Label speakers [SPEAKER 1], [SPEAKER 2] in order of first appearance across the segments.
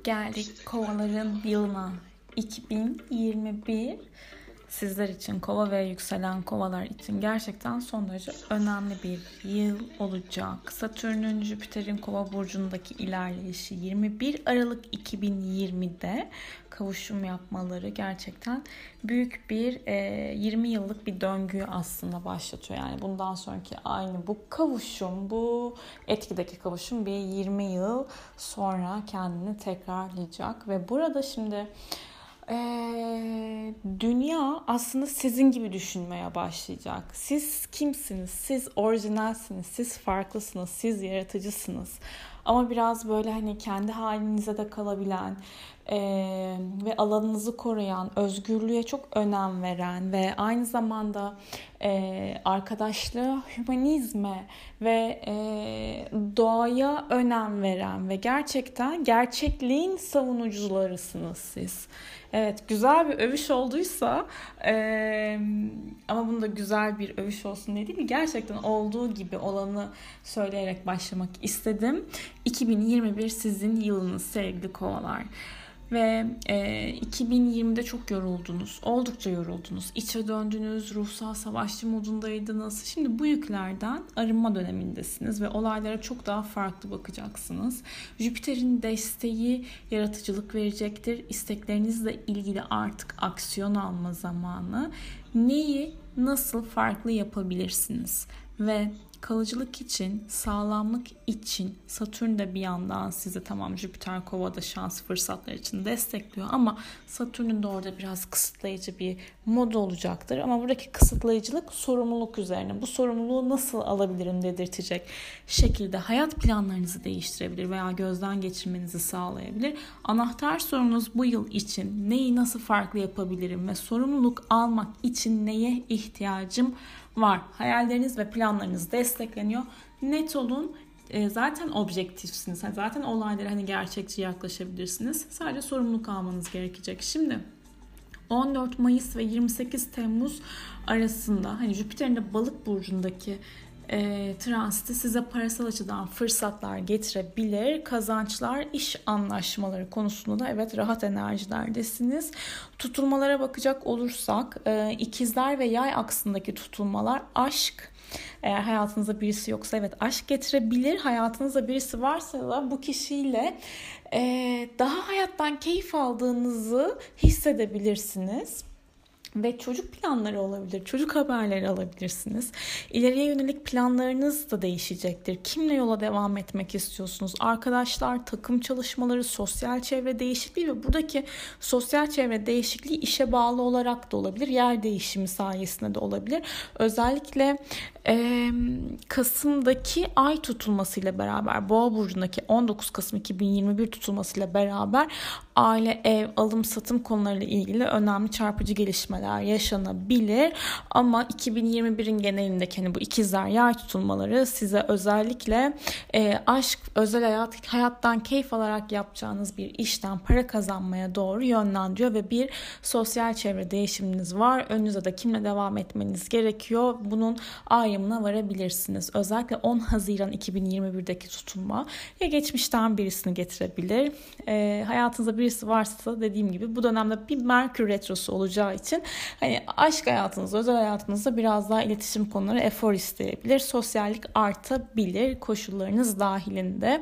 [SPEAKER 1] Geldik kovaların yılına. 2021 sizler için, kova ve yükselen kovalar için gerçekten son derece önemli bir yıl olacak. Satürn'ün Jüpiter'in kova burcundaki ilerleyişi 21 Aralık 2020'de kavuşum yapmaları gerçekten büyük bir 20 yıllık bir döngüyü aslında başlatıyor. Yani bundan sonraki aynı bu kavuşum, bu etkideki kavuşum bir 20 yıl sonra kendini tekrarlayacak ve burada şimdi dünya aslında sizin gibi düşünmeye başlayacak. Siz kimsiniz? Siz orijinalsiniz. Siz farklısınız. Siz yaratıcısınız. Ama biraz böyle hani kendi halinize de kalabilen ve alanınızı koruyan, özgürlüğe çok önem veren ve aynı zamanda arkadaşlığa, hümanizme ve doğaya önem veren ve gerçekten gerçekliğin savunucularısınız siz. Evet, güzel bir övüş olduysa ama bunu da güzel bir övüş olsun diye değil mi? Gerçekten olduğu gibi olanı söyleyerek başlamak istedim. 2021 sizin yılınız sevgili kovalar. Ve 2020'de çok yoruldunuz. Oldukça yoruldunuz. İçe döndünüz, ruhsal savaşçı modundaydınız. Şimdi bu yüklerden arınma dönemindesiniz ve olaylara çok daha farklı bakacaksınız. Jüpiter'in desteği yaratıcılık verecektir. İsteklerinizle ilgili artık aksiyon alma zamanı. Neyi nasıl farklı yapabilirsiniz? Ve kalıcılık için, sağlamlık için Satürn de bir yandan sizi tamam Jüpiter Kova'da şans fırsatlar için destekliyor ama Satürn'ün de orada biraz kısıtlayıcı bir modu olacaktır. Ama buradaki kısıtlayıcılık sorumluluk üzerine. Bu sorumluluğu nasıl alabilirim dedirtecek şekilde hayat planlarınızı değiştirebilir veya gözden geçirmenizi sağlayabilir. Anahtar sorunuz bu yıl için neyi nasıl farklı yapabilirim ve sorumluluk almak için neye ihtiyacım var. Hayalleriniz ve planlarınız destekleniyor. Net olun. Zaten objektifsiniz. Zaten olaylara gerçekçi yaklaşabilirsiniz. Sadece sorumluluk almanız gerekecek. Şimdi 14 Mayıs ve 28 Temmuz arasında Jüpiter'in de Balık burcundaki transiti size parasal açıdan fırsatlar getirebilir. Kazançlar, iş anlaşmaları konusunda da evet rahat enerjilerdesiniz. Tutulmalara bakacak olursak ikizler ve yay aksındaki tutulmalar aşk. Eğer hayatınızda birisi yoksa evet aşk getirebilir. Hayatınızda birisi varsa da bu kişiyle daha hayattan keyif aldığınızı hissedebilirsiniz. Ve çocuk planları olabilir, çocuk haberleri alabilirsiniz. İleriye yönelik planlarınız da değişecektir. Kimle yola devam etmek istiyorsunuz? Arkadaşlar, takım çalışmaları, sosyal çevre değişikliği ve buradaki sosyal çevre değişikliği işe bağlı olarak da olabilir. Yer değişimi sayesinde de olabilir. Özellikle Kasım'daki ay tutulmasıyla beraber, Boğa burcundaki 19 Kasım 2021 tutulmasıyla beraber aile, ev, alım, satım konularıyla ilgili önemli çarpıcı gelişmeler yaşanabilir. Ama 2021'in genelindeki bu ikizler yay tutulmaları size özellikle aşk, özel hayattan keyif alarak yapacağınız bir işten para kazanmaya doğru yönlendiriyor ve bir sosyal çevre değişiminiz var. Önünüze de kimle devam etmeniz gerekiyor. Bunun ayrımına varabilirsiniz. Özellikle 10 Haziran 2021'deki tutulma ya geçmişten birisini getirebilir. Hayatınızda birisi varsa dediğim gibi bu dönemde bir Merkür retrosu olacağı için aşk hayatınızda, özel hayatınızda biraz daha iletişim konuları efor isteyebilir. Sosyallik artabilir koşullarınız dahilinde.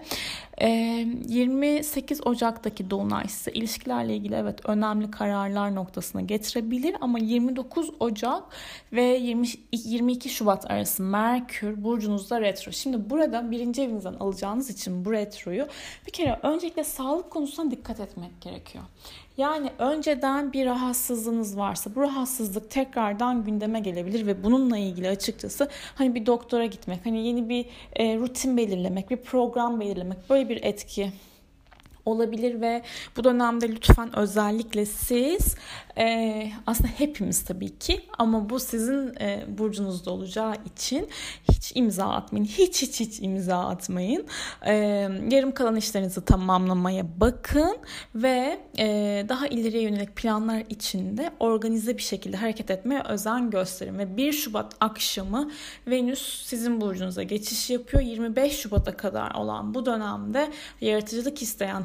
[SPEAKER 1] 28 Ocak'taki Dolunay size ilişkilerle ilgili evet önemli kararlar noktasına getirebilir ama 29 Ocak ve 22 Şubat arası Merkür burcunuzda retro. Şimdi burada birinci evinizden alacağınız için bu retroyu bir kere öncelikle sağlık konusuna dikkat etmek gerekiyor. Yani önceden bir rahatsızlığınız varsa bu rahatsızlık tekrardan gündeme gelebilir ve bununla ilgili açıkçası bir doktora gitmek, yeni bir rutin belirlemek, bir program belirlemek böyle bir etki olabilir ve bu dönemde lütfen özellikle siz aslında hepimiz tabii ki ama bu sizin burcunuzda olacağı için hiç imza atmayın. Hiç imza atmayın. Yarım kalan işlerinizi tamamlamaya bakın ve daha ileriye yönelik planlar içinde organize bir şekilde hareket etmeye özen gösterin. Ve 1 Şubat akşamı Venüs sizin burcunuza geçiş yapıyor. 25 Şubat'a kadar olan bu dönemde yaratıcılık isteyen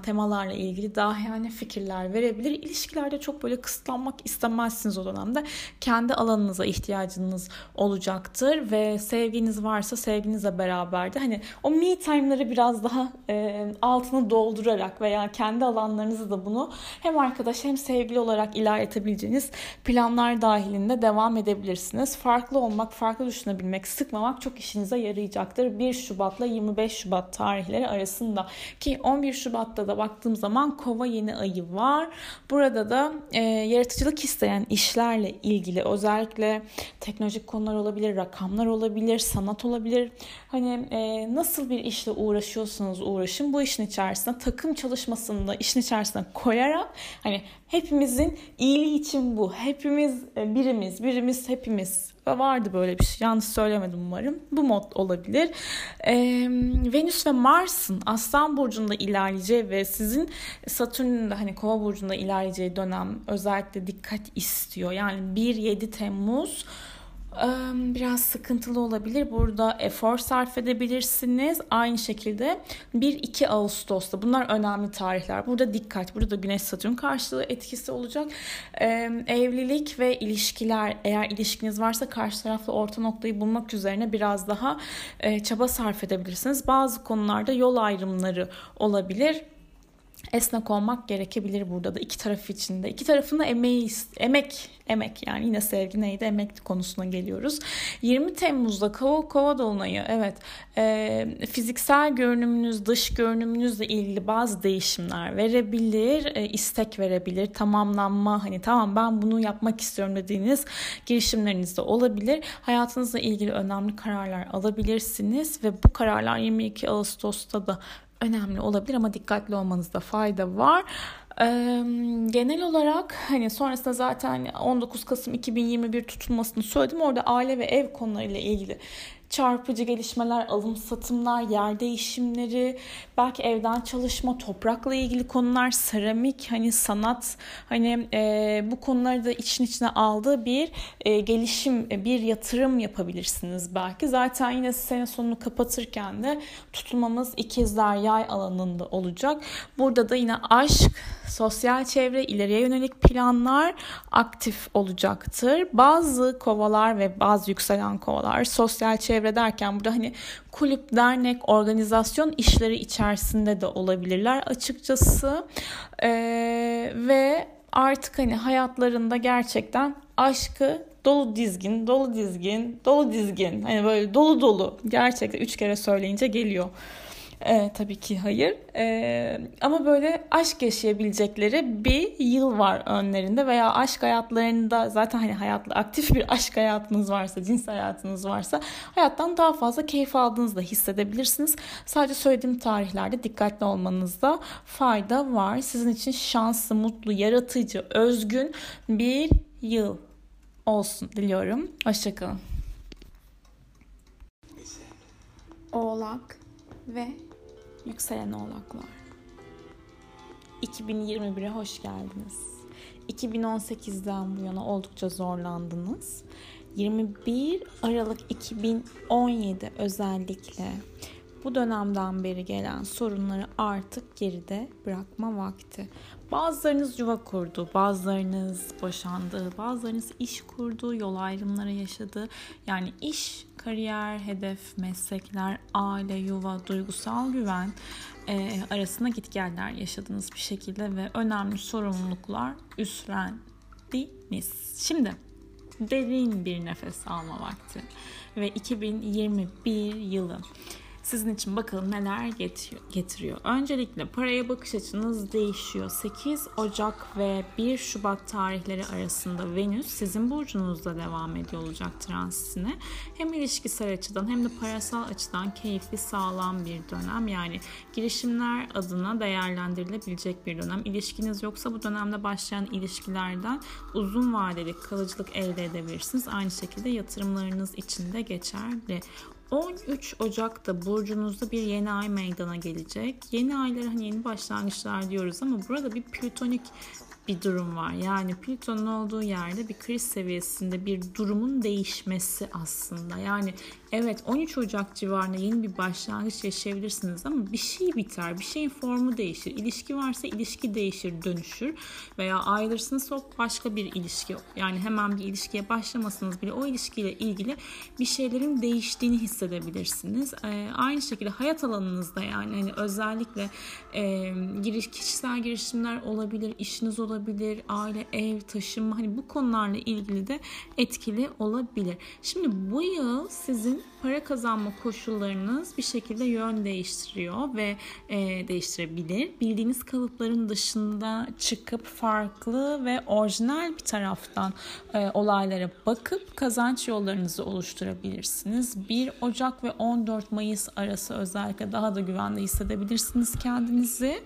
[SPEAKER 1] temalarla ilgili dahiyane fikirler verebilir. İlişkilerde çok böyle kısıtlanmak istemezsiniz o dönemde. Kendi alanınıza ihtiyacınız olacaktır ve sevginiz varsa sevginizle beraber de hani o me time'ları biraz daha altını doldurarak veya kendi alanlarınızı da bunu hem arkadaş hem sevgili olarak ilerletebileceğiniz planlar dahilinde devam edebilirsiniz. Farklı olmak, farklı düşünebilmek, sıkmamak çok işinize yarayacaktır. 1 Şubat'la 25 Şubat tarihleri arasında ki 11 Şubat'ta da baktığım zaman Kova yeni ayı var. Burada da yaratıcılık isteyen işlerle ilgili özellikle teknolojik konular olabilir, rakamlar olabilir, sanat olabilir. Hani nasıl bir işle uğraşıyorsanız uğraşın, bu işin içerisinde takım çalışmasını da işin içerisine koyarak hani hepimizin iyiliği için bu. Hepimiz birimiz hepimiz. Vardı böyle bir şey. Yanlış söylemedim umarım. Bu mod olabilir. Venüs ve Mars'ın Aslan Burcu'nda ilerleyeceği ve sizin Satürn'ün de hani Kova Burcu'nda ilerleyeceği dönem özellikle dikkat istiyor. Yani 1-7 Temmuz biraz sıkıntılı olabilir. Burada efor sarf edebilirsiniz. Aynı şekilde 1-2 Ağustos'ta bunlar önemli tarihler. Burada dikkat. Burada Güneş Satürn karşılığı etkisi olacak. Evlilik ve ilişkiler, eğer ilişkiniz varsa karşı tarafla orta noktayı bulmak üzerine biraz daha çaba sarf edebilirsiniz. Bazı konularda yol ayrımları olabilir. Esnek olmak gerekebilir burada da iki taraf için de. İki tarafın da emek yani yine sevgi neydi, emek konusuna geliyoruz. 20 Temmuz'da Kova dolunayı, evet, fiziksel görünümünüz, dış görünümünüzle ilgili bazı değişimler verebilir, istek verebilir, tamamlanma, hani tamam ben bunu yapmak istiyorum dediğiniz girişimleriniz de olabilir. Hayatınızla ilgili önemli kararlar alabilirsiniz ve bu kararlar 22 Ağustos'ta da önemli olabilir ama dikkatli olmanızda fayda var. Genel olarak hani sonrasında zaten 19 Kasım 2021 tutulmasını söyledim. Orada aile ve ev konularıyla ilgili çarpıcı gelişmeler, alım satımlar, yer değişimleri, belki evden çalışma, toprakla ilgili konular, seramik, hani sanat, hani bu konuları da içine aldığı bir gelişim, bir yatırım yapabilirsiniz belki. Zaten yine sene sonunu kapatırken de tutulmamız ikizler yay alanında olacak. Burada da yine aşk, sosyal çevre, ileriye yönelik planlar aktif olacaktır. Bazı kovalar ve bazı yükselen kovalar sosyal çevre derken burada hani kulüp, dernek, organizasyon işleri içerisinde de olabilirler açıkçası. Ve artık hani hayatlarında gerçekten aşkı dolu dizgin hani böyle dolu gerçekten 3 kere söyleyince geliyor. Tabii ki hayır. Ama böyle aşk yaşayabilecekleri bir yıl var önlerinde veya aşk hayatlarında zaten hani aktif bir aşk hayatınız varsa, cins hayatınız varsa hayattan daha fazla keyif aldığınızı da hissedebilirsiniz. Sadece söylediğim tarihlerde dikkatli olmanızda fayda var. Sizin için şanslı, mutlu, yaratıcı, özgün bir yıl olsun diliyorum. Hoşçakalın. Oğlak ve yükselen oğlaklar. 2021'e hoş geldiniz. 2018'den bu yana oldukça zorlandınız. 21 Aralık 2017 özellikle bu dönemden beri gelen sorunları artık geride bırakma vakti. Bazılarınız yuva kurdu, bazılarınız boşandı, bazılarınız iş kurdu, yol ayrımları yaşadı. Yani iş, kariyer, hedef, meslekler, aile, yuva, duygusal güven arasında gitgeller yaşadınız bir şekilde ve önemli sorumluluklar üstlendiniz. Şimdi derin bir nefes alma vakti ve 2021 yılı sizin için bakalım neler getiriyor. Öncelikle paraya bakış açınız değişiyor. 8 Ocak ve 1 Şubat tarihleri arasında Venüs sizin burcunuzda devam ediyor olacak transitine. Hem ilişkisel açıdan hem de parasal açıdan keyifli, sağlam bir dönem. Yani girişimler adına değerlendirilebilecek bir dönem. İlişkiniz yoksa bu dönemde başlayan ilişkilerden uzun vadeli kalıcılık elde edebilirsiniz. Aynı şekilde yatırımlarınız için de geçerli. 13 Ocak'ta burcunuzda bir yeni ay meydana gelecek. Yeni aylara hani yeni başlangıçlar diyoruz ama burada bir plütonik bir durum var. Yani Plüton'un olduğu yerde bir kriz seviyesinde bir durumun değişmesi aslında. Yani evet 13 Ocak civarında yeni bir başlangıç yaşayabilirsiniz ama bir şey biter, bir şeyin formu değişir. İlişki varsa ilişki değişir, dönüşür veya ayrılırsınız çok başka bir ilişki. Yani hemen bir ilişkiye başlamasanız bile o ilişkiyle ilgili bir şeylerin değiştiğini hissedebilirsiniz. Aynı şekilde hayat alanınızda yani hani özellikle kişisel girişimler olabilir, işiniz olabilir, aile, ev, taşınma hani bu konularla ilgili de etkili olabilir. Şimdi bu yıl sizin para kazanma koşullarınız bir şekilde yön değiştiriyor ve değiştirebilir. Bildiğiniz kalıpların dışında çıkıp farklı ve orijinal bir taraftan olaylara bakıp kazanç yollarınızı oluşturabilirsiniz. 1 Ocak ve 14 Mayıs arası özellikle daha da güvende hissedebilirsiniz kendinizi.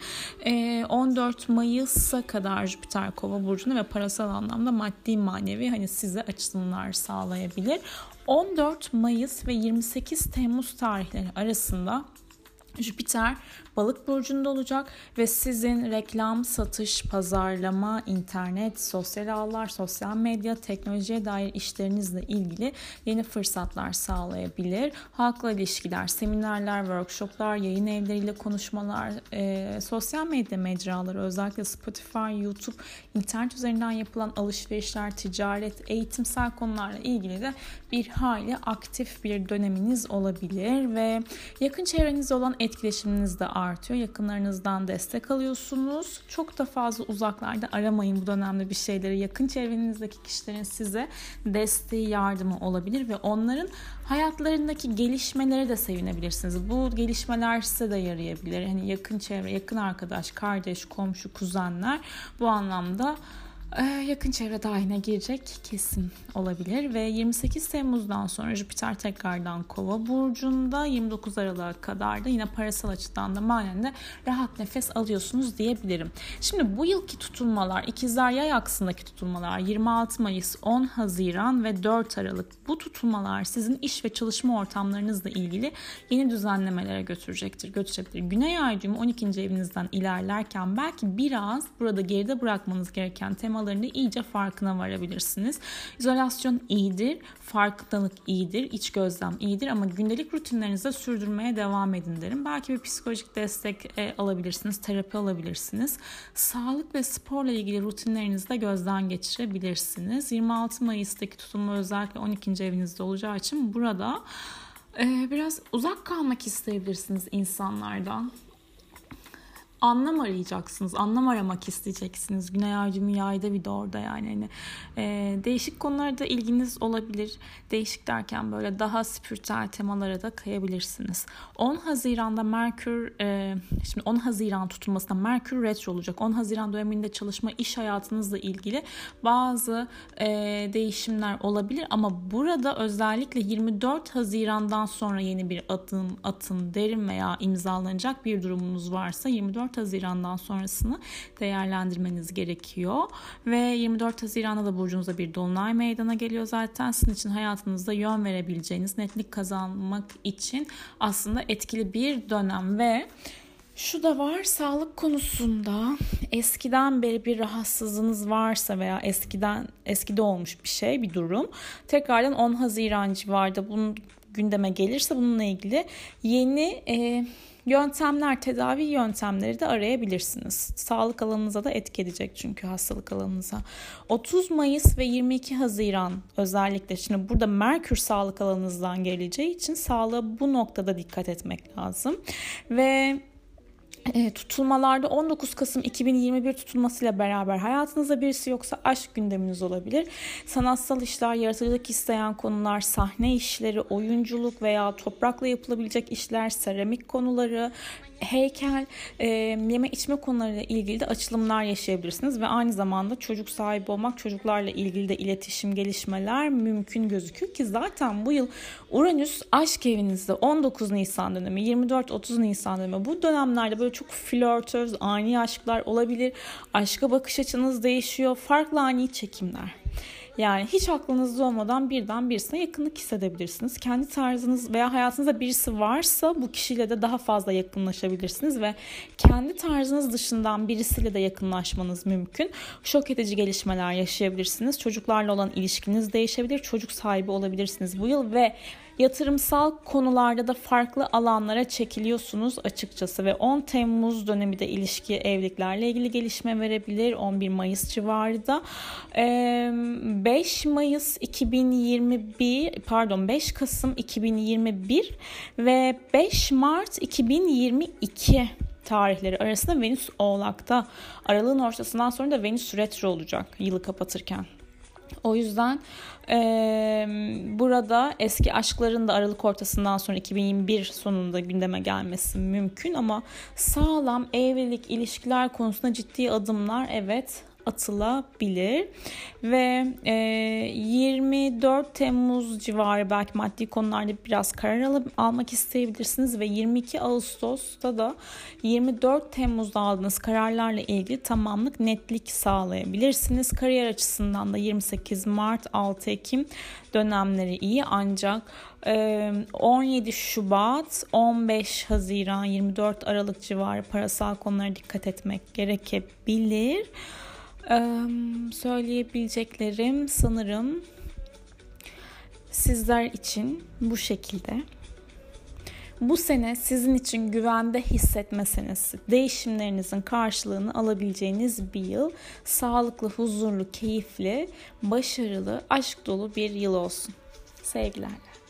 [SPEAKER 1] 14 Mayıs'a kadar Jüpiter Kova burcunda ve parasal anlamda maddi manevi hani size açılımlar sağlayabilir. 14 Mayıs ve 28 Temmuz tarihleri arasında Jüpiter Balık burcunda olacak ve sizin reklam, satış, pazarlama, internet, sosyal ağlar, sosyal medya, teknolojiye dair işlerinizle ilgili yeni fırsatlar sağlayabilir. Halkla ilişkiler, seminerler, workshoplar, yayın evleriyle konuşmalar, sosyal medya mecraları özellikle Spotify, YouTube, internet üzerinden yapılan alışverişler, ticaret, eğitimsel konularla ilgili de bir hayli aktif bir döneminiz olabilir ve yakın çevrenizde olan etkileşiminiz de artıyor. Yakınlarınızdan destek alıyorsunuz. Çok da fazla uzaklarda aramayın bu dönemde bir şeyleri. Yakın çevrenizdeki kişilerin size desteği, yardımı olabilir ve onların hayatlarındaki gelişmelere de sevinebilirsiniz. Bu gelişmeler size de yarayabilir. Hani yakın çevre, yakın arkadaş, kardeş, komşu, kuzenler bu anlamda yakın çevre dahiline girecek kesin olabilir ve 28 Temmuz'dan sonra Jüpiter tekrardan Kova burcunda 29 Aralık'a kadar da yine parasal açıdan da manen de rahat nefes alıyorsunuz diyebilirim. Şimdi bu yılki tutulmalar, ikizler yay aksındaki tutulmalar 26 Mayıs, 10 Haziran ve 4 Aralık bu tutulmalar sizin iş ve çalışma ortamlarınızla ilgili yeni düzenlemelere götürecektir. Güney ay düğümü 12. evinizden ilerlerken belki biraz burada geride bırakmanız gereken temalarında iyice farkına varabilirsiniz. İzolasyon iyidir, farkındalık iyidir, iç gözlem iyidir ama gündelik rutinlerinizde sürdürmeye devam edin derim. Belki bir psikolojik destek alabilirsiniz, terapi alabilirsiniz. Sağlık ve sporla ilgili rutinlerinizi de gözden geçirebilirsiniz. 26 Mayıs'taki tutulma özellikle 12. evinizde olacağı için burada biraz uzak kalmak isteyebilirsiniz insanlardan. Anlam arayacaksınız, anlam aramak isteyeceksiniz. Güney ay düğümü yayda bir de orada yani. Hani, değişik konularda ilginiz olabilir. Değişik derken böyle daha spiritüel temalara da kayabilirsiniz. 10 Haziran'da Merkür, şimdi 10 Haziran tutulmasında Merkür retro olacak. 10 Haziran döneminde çalışma, iş hayatınızla ilgili bazı değişimler olabilir. Ama burada özellikle 24 Haziran'dan sonra yeni bir adım atın derim veya imzalanacak bir durumunuz varsa 24 Haziran'dan sonrasını değerlendirmeniz gerekiyor. Ve 24 Haziran'da da burcunuzda bir dolunay meydana geliyor zaten. Sizin için hayatınızda yön verebileceğiniz, netlik kazanmak için aslında etkili bir dönem ve şu da var, sağlık konusunda eskiden beri bir rahatsızlığınız varsa veya eskide olmuş bir şey, bir durum tekrardan 10 Haziran civarında bunun gündeme gelirse bununla ilgili yeni yöntemler, tedavi yöntemleri de arayabilirsiniz. Sağlık alanınıza da etki edecek çünkü hastalık alanınıza. 30 Mayıs ve 22 Haziran özellikle şimdi burada Merkür sağlık alanınızdan geleceği için sağlığa bu noktada dikkat etmek lazım. Ve tutulmalarda 19 Kasım 2021 tutulmasıyla beraber hayatınızda birisi yoksa aşk gündeminiz olabilir. Sanatsal işler, yaratıcılık isteyen konular, sahne işleri, oyunculuk veya toprakla yapılabilecek işler, seramik konuları, heykel, yeme içme konularıyla ilgili de açılımlar yaşayabilirsiniz ve aynı zamanda çocuk sahibi olmak, çocuklarla ilgili de iletişim, gelişmeler mümkün gözüküyor ki zaten bu yıl Uranüs aşk evinizde 19 Nisan dönemi, 24-30 Nisan dönemi bu dönemlerde böyle çok flörtöz, ani aşklar olabilir. Aşka bakış açınız değişiyor, farklı ani çekimler. Yani hiç aklınızda olmadan birden birisine yakınlık hissedebilirsiniz. Kendi tarzınız veya hayatınızda birisi varsa bu kişiyle de daha fazla yakınlaşabilirsiniz ve kendi tarzınız dışından birisiyle de yakınlaşmanız mümkün. Şok edici gelişmeler yaşayabilirsiniz. Çocuklarla olan ilişkiniz değişebilir. Çocuk sahibi olabilirsiniz bu yıl ve yatırımsal konularda da farklı alanlara çekiliyorsunuz açıkçası ve 10 Temmuz dönemi de ilişki, evliliklerle ilgili gelişme verebilir. 11 Mayıs civarı da. 5 Kasım 2021 ve 5 Mart 2022 tarihleri arasında Venüs Oğlak'ta. Aralığın ortasından sonra da Venüs retro olacak yılı kapatırken. O yüzden burada eski aşkların da Aralık ortasından sonra 2021 sonunda gündeme gelmesi mümkün ama sağlam evlilik, ilişkiler konusunda ciddi adımlar atılabilir ve 24 Temmuz civarı belki maddi konularda biraz karar almak isteyebilirsiniz ve 22 Ağustos'ta da 24 Temmuz'da aldığınız kararlarla ilgili tamamlık, netlik sağlayabilirsiniz. Kariyer açısından da 28 Mart 6 Ekim dönemleri iyi ancak 17 Şubat 15 Haziran 24 Aralık civarı parasal konulara dikkat etmek gerekebilir. Söyleyebileceklerim sanırım sizler için bu şekilde. Bu sene sizin için güvende hissetme senesi, değişimlerinizin karşılığını alabileceğiniz bir yıl, sağlıklı, huzurlu, keyifli, başarılı, aşk dolu bir yıl olsun. Sevgilerle.